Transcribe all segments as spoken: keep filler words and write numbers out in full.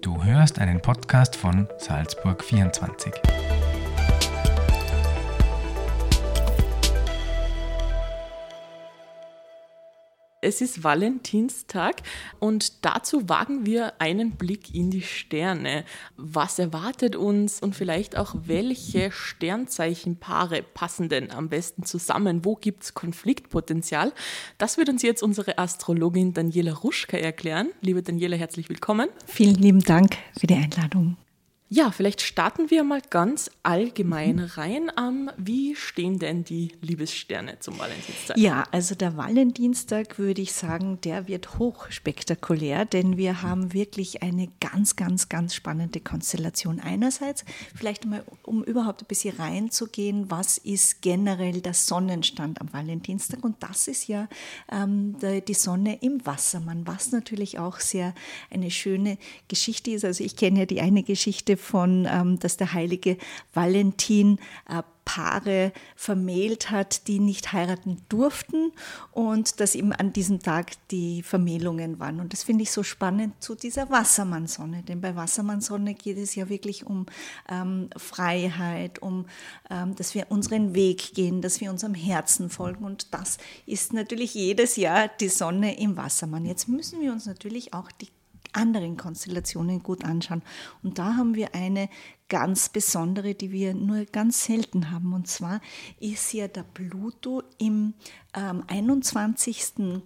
Du hörst einen Podcast von Salzburg vierundzwanzig. Es ist Valentinstag und dazu wagen wir einen Blick in die Sterne. Was erwartet uns und vielleicht auch, welche Sternzeichenpaare passen denn am besten zusammen? Wo gibt es Konfliktpotenzial? Das wird uns jetzt unsere Astrologin Daniela Ruschka erklären. Liebe Daniela, herzlich willkommen. Vielen lieben Dank für die Einladung. Ja, vielleicht starten wir mal ganz allgemein rein. Ähm, wie stehen denn die Liebessterne zum Valentinstag? Ja, also der Valentinstag, würde ich sagen, der wird hochspektakulär, denn wir haben wirklich eine ganz, ganz, ganz spannende Konstellation. Einerseits, vielleicht mal, um überhaupt ein bisschen reinzugehen, was ist generell der Sonnenstand am Valentinstag? Und das ist ja ähm, die Sonne im Wassermann, was natürlich auch sehr eine schöne Geschichte ist. Also ich kenne ja die eine Geschichte von, ähm, dass der heilige Valentin äh, Paare vermählt hat, die nicht heiraten durften und dass eben an diesem Tag die Vermählungen waren. Und das finde ich so spannend zu dieser Wassermannsonne, denn bei Wassermannsonne geht es ja wirklich um ähm, Freiheit, um, ähm, dass wir unseren Weg gehen, dass wir unserem Herzen folgen und das ist natürlich jedes Jahr die Sonne im Wassermann. Jetzt müssen wir uns natürlich auch die anderen Konstellationen gut anschauen. Und da haben wir eine ganz besondere, die wir nur ganz selten haben. Und zwar ist ja der Pluto im ähm, einundzwanzigsten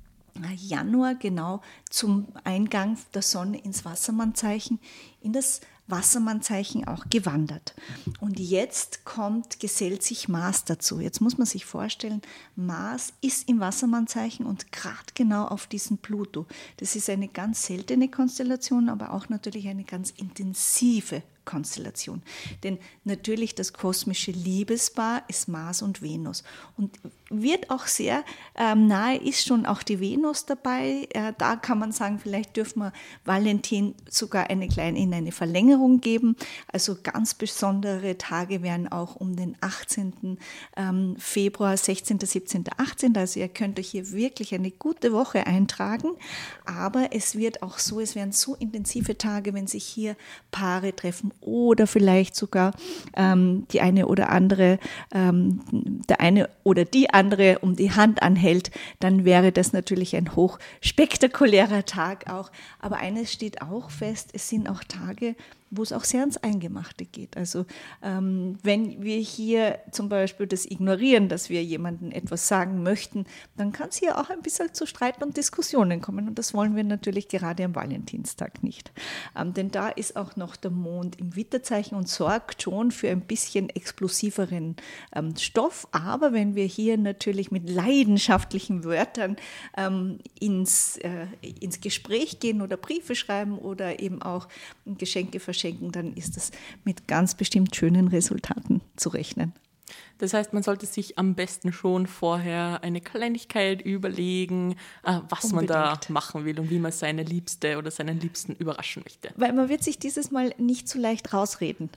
Januar genau zum Eingang der Sonne ins Wassermannzeichen, in das Wassermannzeichen auch gewandert. Und jetzt kommt, gesellt sich Mars dazu. Jetzt muss man sich vorstellen, Mars ist im Wassermannzeichen und gerade genau auf diesen Pluto. Das ist eine ganz seltene Konstellation, aber auch natürlich eine ganz intensive Konstellation. Denn natürlich das kosmische Liebespaar ist Mars und Venus. Und wird auch sehr ähm, nahe, ist schon auch die Venus dabei. Äh, da kann man sagen, vielleicht dürfen wir Valentin sogar eine kleine, in eine Verlängerung geben. Also ganz besondere Tage wären auch um den achtzehnten Februar, sechzehnten, siebzehnten, achtzehnten Also ihr könnt euch hier wirklich eine gute Woche eintragen. Aber es wird auch so, es werden so intensive Tage, wenn sich hier Paare treffen oder vielleicht sogar ähm, die eine oder andere, ähm, der eine oder die andere um die Hand anhält, dann wäre das natürlich ein hochspektakulärer Tag auch. Aber eines steht auch fest, es sind auch Tage, wo es auch sehr ans Eingemachte geht. Also ähm, wenn wir hier zum Beispiel das ignorieren, dass wir jemandem etwas sagen möchten, dann kann es hier auch ein bisschen zu Streit und Diskussionen kommen. Und das wollen wir natürlich gerade am Valentinstag nicht. Ähm, denn da ist auch noch der Mond im Widderzeichen und sorgt schon für ein bisschen explosiveren ähm, Stoff. Aber wenn wir hier natürlich mit leidenschaftlichen Wörtern ähm, ins, äh, ins Gespräch gehen oder Briefe schreiben oder eben auch Geschenke verschenken, schenken, dann ist das mit ganz bestimmt schönen Resultaten zu rechnen. Das heißt, man sollte sich am besten schon vorher eine Kleinigkeit überlegen, was Unbedingt. man da machen will und wie man seine Liebste oder seinen Liebsten überraschen möchte. Weil man wird sich dieses Mal nicht so leicht rausreden.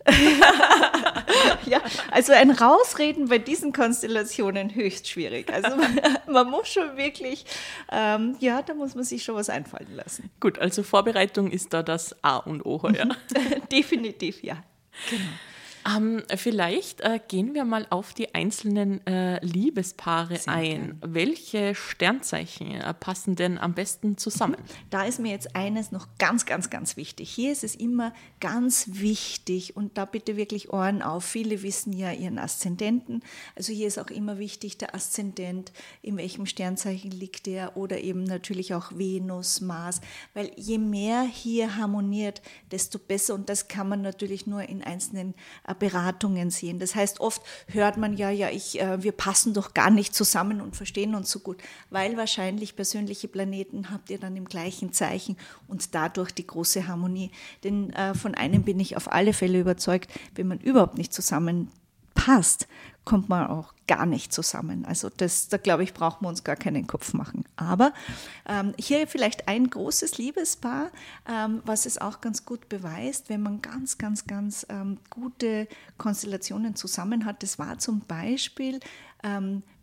Ja, also ein Rausreden bei diesen Konstellationen höchst schwierig. Also man, man muss schon wirklich, ähm, ja, da muss man sich schon was einfallen lassen. Gut, also Vorbereitung ist da das A und O heuer. Definitiv, ja. Genau. Ähm, vielleicht äh, gehen wir mal auf die einzelnen äh, Liebespaare Sehr ein. Gern. Welche Sternzeichen äh, passen denn am besten zusammen? Da ist mir jetzt eines noch ganz, ganz, ganz wichtig. Hier ist es immer ganz wichtig und da bitte wirklich Ohren auf. Viele wissen ja ihren Aszendenten. Also hier ist auch immer wichtig der Aszendent, in welchem Sternzeichen liegt der oder eben natürlich auch Venus, Mars. Weil je mehr hier harmoniert, desto besser und das kann man natürlich nur in einzelnen Beratungen sehen. Das heißt, oft hört man ja, ja, ich, äh, wir passen doch gar nicht zusammen und verstehen uns so gut, weil wahrscheinlich persönliche Planeten habt ihr dann im gleichen Zeichen und dadurch die große Harmonie. Denn äh, von einem bin ich auf alle Fälle überzeugt, wenn man überhaupt nicht zusammenpasst, kommt man auch gar nicht zusammen. Also das, da glaube ich, brauchen wir uns gar keinen Kopf machen. Aber ähm, hier vielleicht ein großes Liebespaar, ähm, was es auch ganz gut beweist, wenn man ganz, ganz, ganz ähm, gute Konstellationen zusammen hat. Das war zum Beispiel ähm,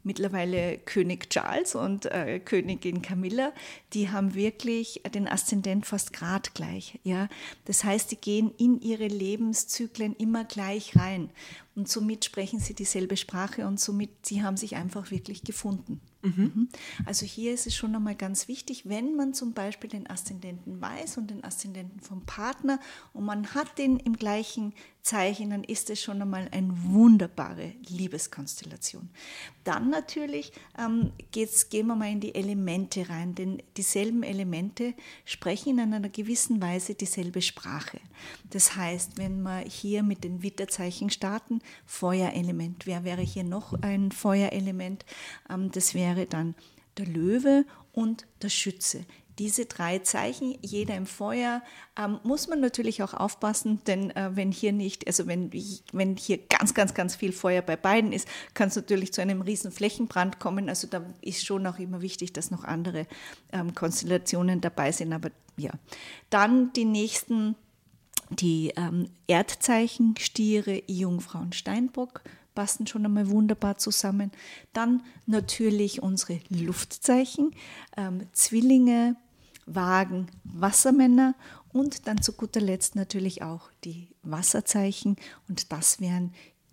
mittlerweile König Charles und äh, Königin Camilla, die haben wirklich den Aszendent fast gradgleich. Ja? Das heißt, die gehen in ihre Lebenszyklen immer gleich rein. Und somit sprechen sie dieselbe Sprache und somit, sie haben sich einfach wirklich gefunden. Mhm. Also hier ist es schon einmal ganz wichtig, wenn man zum Beispiel den Aszendenten weiß und den Aszendenten vom Partner und man hat den im gleichen Zeichen, dann ist es schon einmal eine wunderbare Liebeskonstellation. Dann natürlich ähm, geht's, gehen wir mal in die Elemente rein, denn dieselben Elemente sprechen in einer gewissen Weise dieselbe Sprache. Das heißt, wenn wir hier mit den Widderzeichen starten, Feuerelement, wer wäre hier noch ein Feuerelement? Ähm, das wäre dann der Löwe und der Schütze. Diese drei Zeichen, jeder im Feuer, ähm, muss man natürlich auch aufpassen, denn äh, wenn hier nicht, also wenn, wenn hier ganz, ganz, ganz viel Feuer bei beiden ist, kann es natürlich zu einem riesen Flächenbrand kommen. Also da ist schon auch immer wichtig, dass noch andere ähm, Konstellationen dabei sind. Aber ja, dann die nächsten, die ähm, Erdzeichen, Stiere, Jungfrau und Steinbock, passen schon einmal wunderbar zusammen. Dann natürlich unsere Luftzeichen, ähm, Zwillinge, Wagen, Wassermänner und dann zu guter Letzt natürlich auch die Wasserzeichen und das wären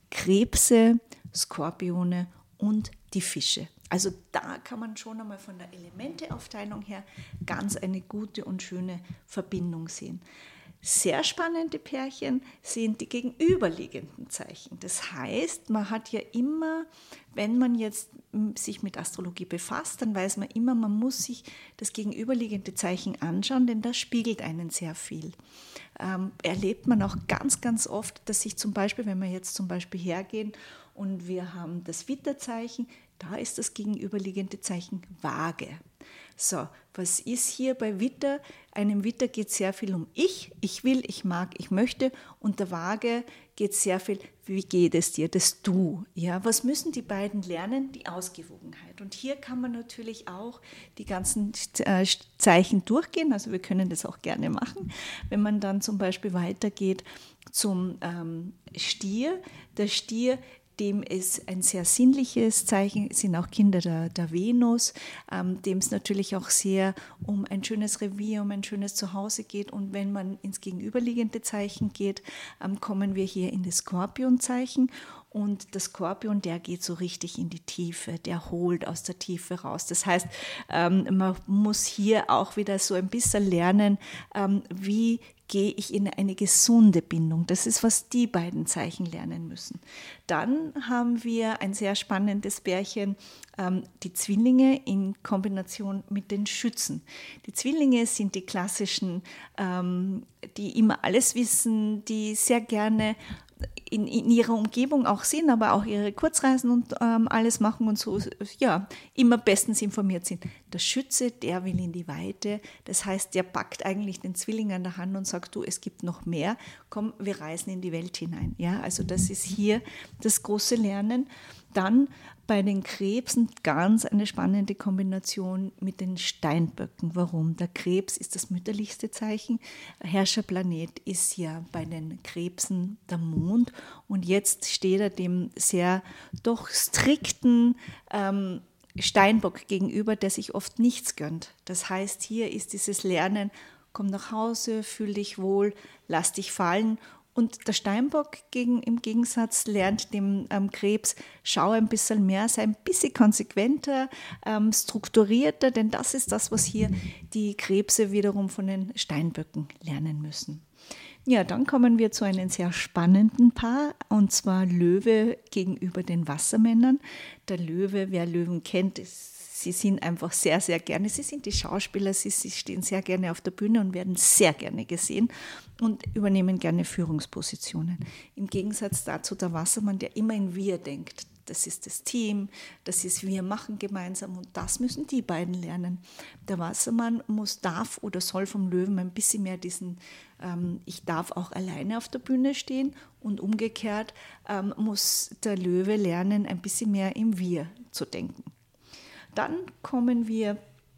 Krebse, Skorpione und die Fische. Also da kann man schon einmal von der Elementeaufteilung her ganz eine gute und schöne Verbindung sehen. Sehr spannende Pärchen sind die gegenüberliegenden Zeichen. Das heißt, man hat ja immer, wenn man jetzt sich mit Astrologie befasst, dann weiß man immer, man muss sich das gegenüberliegende Zeichen anschauen, denn das spiegelt einen sehr viel. Ähm, erlebt man auch ganz, ganz oft, dass sich zum Beispiel, wenn wir jetzt zum Beispiel hergehen und wir haben das Widderzeichen, da ist das gegenüberliegende Zeichen Waage. So, was ist hier bei Widder? Einem Widder geht es sehr viel um ich, ich will, ich mag, ich möchte und der Waage geht es sehr viel, wie geht es dir, das Du. Ja, was müssen die beiden lernen? Die Ausgewogenheit. Und hier kann man natürlich auch die ganzen Zeichen durchgehen, also wir können das auch gerne machen, wenn man dann zum Beispiel weitergeht zum ähm, Stier. Der Stier, dem ist ein sehr sinnliches Zeichen, sind auch Kinder der, der Venus, ähm, dem es natürlich auch sehr um ein schönes Revier, um ein schönes Zuhause geht. Und wenn man ins gegenüberliegende Zeichen geht, ähm, kommen wir hier in das Skorpionzeichen. Und der Skorpion, der geht so richtig in die Tiefe, der holt aus der Tiefe raus. Das heißt, ähm, man muss hier auch wieder so ein bisschen lernen, ähm, wie gehe ich in eine gesunde Bindung. Das ist, was die beiden Zeichen lernen müssen. Dann haben wir ein sehr spannendes Pärchen, ähm, die Zwillinge in Kombination mit den Schützen. Die Zwillinge sind die klassischen, ähm, die immer alles wissen, die sehr gerne in, in ihrer Umgebung auch sind, aber auch ihre Kurzreisen und ähm, alles machen und so, ja, immer bestens informiert sind. Der Schütze, der will in die Weite, das heißt, der packt eigentlich den Zwilling an der Hand und sagt, du, es gibt noch mehr, komm, wir reisen in die Welt hinein. Ja, also das ist hier das große Lernen. Dann bei den Krebsen ganz eine spannende Kombination mit den Steinböcken. Warum? Der Krebs ist das mütterlichste Zeichen. Herrscherplanet ist ja bei den Krebsen der Mond. Und jetzt steht er dem sehr doch strikten ähm, Steinbock gegenüber, der sich oft nichts gönnt. Das heißt, hier ist dieses Lernen, komm nach Hause, fühl dich wohl, lass dich fallen. Und der Steinbock gegen, im Gegensatz lernt dem ähm, Krebs, schau ein bisschen mehr, sei ein bisschen konsequenter, ähm, strukturierter, denn das ist das, was hier die Krebse wiederum von den Steinböcken lernen müssen. Ja, dann kommen wir zu einem sehr spannenden Paar, und zwar Löwe gegenüber den Wassermännern. Der Löwe, wer Löwen kennt, ist Sie sind einfach sehr, sehr gerne, sie sind die Schauspieler, sie, sie stehen sehr gerne auf der Bühne und werden sehr gerne gesehen und übernehmen gerne Führungspositionen. Im Gegensatz dazu der Wassermann, der immer in Wir denkt. Das ist das Team, das ist wir machen gemeinsam und das müssen die beiden lernen. Der Wassermann muss, darf oder soll vom Löwen ein bisschen mehr diesen, ähm, ich darf auch alleine auf der Bühne stehen und umgekehrt ähm, muss der Löwe lernen, ein bisschen mehr im Wir zu denken. Dann kommen wir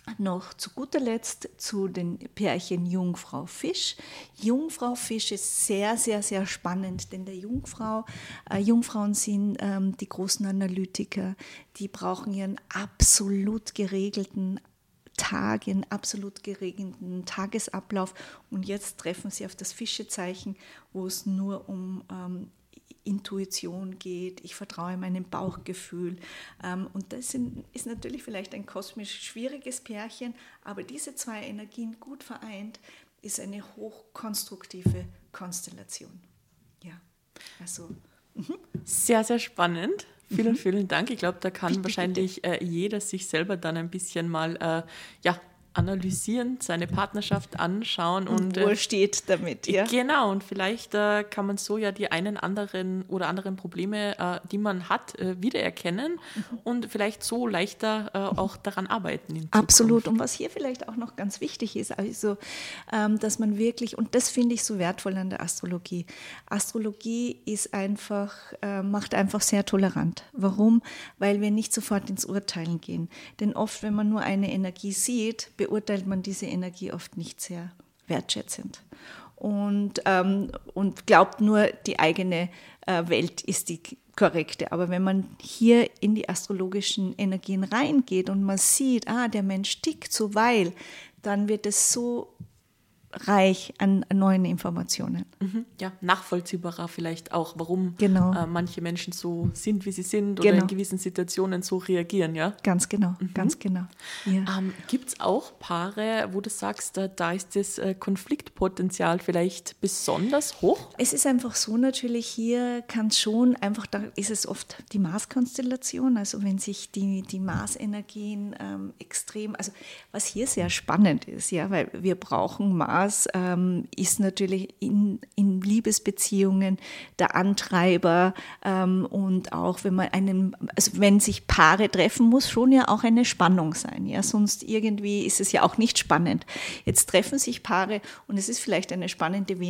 noch zu guter Letzt zu den Pärchen Jungfrau Fisch. Jungfrau Fisch ist sehr, sehr, sehr spannend, denn der Jungfrau, äh, Jungfrauen sind ähm, die großen Analytiker, die brauchen ihren absolut geregelten Tag, ihren absolut geregelten Tagesablauf, und jetzt treffen sie auf das Fischezeichen, wo es nur um ähm, Intuition geht, ich vertraue meinem Bauchgefühl. Und das ist natürlich vielleicht ein kosmisch schwieriges Pärchen, aber diese zwei Energien gut vereint, ist eine hochkonstruktive Konstellation. Ja, also. Mhm. Sehr, sehr spannend. Vielen, Mhm. vielen Dank. Ich glaube, da kann Bitte, wahrscheinlich äh, jeder sich selber dann ein bisschen mal äh, ja, analysieren, seine Partnerschaft anschauen. Und, und wo äh, steht damit, ja? Genau, und vielleicht äh, kann man so ja die einen anderen oder anderen Probleme, äh, die man hat, äh, wiedererkennen mhm. und vielleicht so leichter äh, auch daran arbeiten. In Absolut. Zukunft. Und was hier vielleicht auch noch ganz wichtig ist, also, ähm, dass man wirklich, und das finde ich so wertvoll an der Astrologie, Astrologie ist einfach, äh, macht einfach sehr tolerant. Warum? Weil wir nicht sofort ins Urteilen gehen. Denn oft, wenn man nur eine Energie sieht, beurteilt man diese Energie oft nicht sehr wertschätzend und, ähm, und glaubt nur, die eigene äh, Welt ist die korrekte. Aber wenn man hier in die astrologischen Energien reingeht und man sieht, ah, der Mensch tickt so, weil, dann wird es so reich an neuen Informationen. Mhm, ja, nachvollziehbarer vielleicht auch, warum genau. äh, manche Menschen so sind, wie sie sind genau. oder in gewissen Situationen so reagieren, ja? Ganz genau, mhm. ganz genau. Ja. Ähm, gibt es auch Paare, wo du sagst, da, da ist das äh, Konfliktpotenzial vielleicht besonders hoch? Es ist einfach so, natürlich hier kann es schon, einfach da ist es oft die Mars-Konstellation, also wenn sich die, die Mars-Energien ähm, extrem, also was hier sehr spannend ist, ja, weil wir brauchen Mars, Ähm, ist natürlich in, in Liebesbeziehungen der Antreiber ähm, und auch wenn man einen, also wenn sich Paare treffen, muss schon ja auch eine Spannung sein, ja, sonst irgendwie ist es ja auch nicht spannend. Jetzt treffen sich Paare und es ist vielleicht eine spannende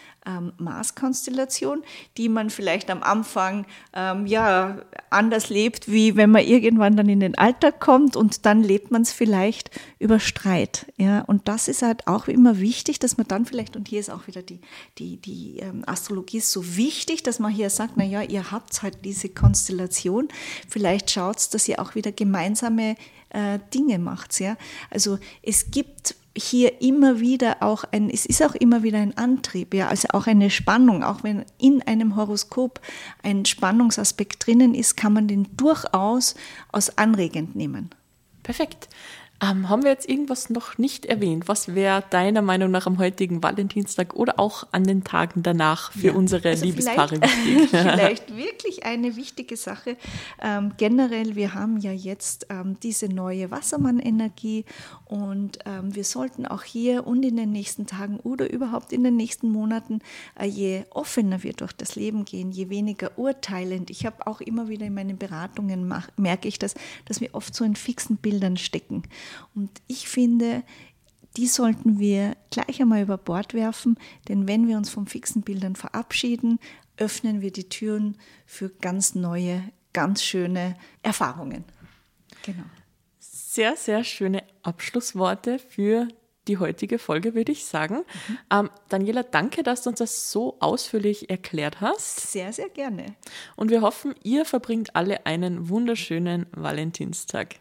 Venus-Mars-Konstellation, ähm, die man vielleicht am Anfang ähm, ja anders lebt, wie wenn man irgendwann dann in den Alltag kommt, und dann lebt man es vielleicht über Streit, ja, und das ist halt auch immer wichtig, dass man dann vielleicht, und hier ist auch wieder die, die, die ähm, Astrologie ist so wichtig, dass man hier sagt, naja, ihr habt halt diese Konstellation, vielleicht schaut es, dass ihr auch wieder gemeinsame äh, Dinge macht. Ja? Also es gibt hier immer wieder auch ein, es ist auch immer wieder ein Antrieb, ja, also auch eine Spannung, auch wenn in einem Horoskop ein Spannungsaspekt drinnen ist, kann man den durchaus als anregend nehmen. Perfekt. Ähm, haben wir jetzt irgendwas noch nicht erwähnt? Was wäre deiner Meinung nach am heutigen Valentinstag oder auch an den Tagen danach für ja, unsere also Liebespaare wichtig? Vielleicht wirklich eine wichtige Sache. Ähm, generell, wir haben ja jetzt ähm, diese neue Wassermann-Energie, und ähm, wir sollten auch hier und in den nächsten Tagen oder überhaupt in den nächsten Monaten, äh, je offener wir durch das Leben gehen, je weniger urteilend. Ich habe auch immer wieder in meinen Beratungen, mach, merke ich das, dass wir oft so in fixen Bildern stecken. Und ich finde, die sollten wir gleich einmal über Bord werfen, denn wenn wir uns von fixen Bildern verabschieden, öffnen wir die Türen für ganz neue, ganz schöne Erfahrungen. Genau. Sehr, sehr schöne Abschlussworte für die heutige Folge, würde ich sagen. Mhm. Ähm, Daniela, danke, dass du uns das so ausführlich erklärt hast. Sehr, sehr gerne. Und wir hoffen, ihr verbringt alle einen wunderschönen Valentinstag.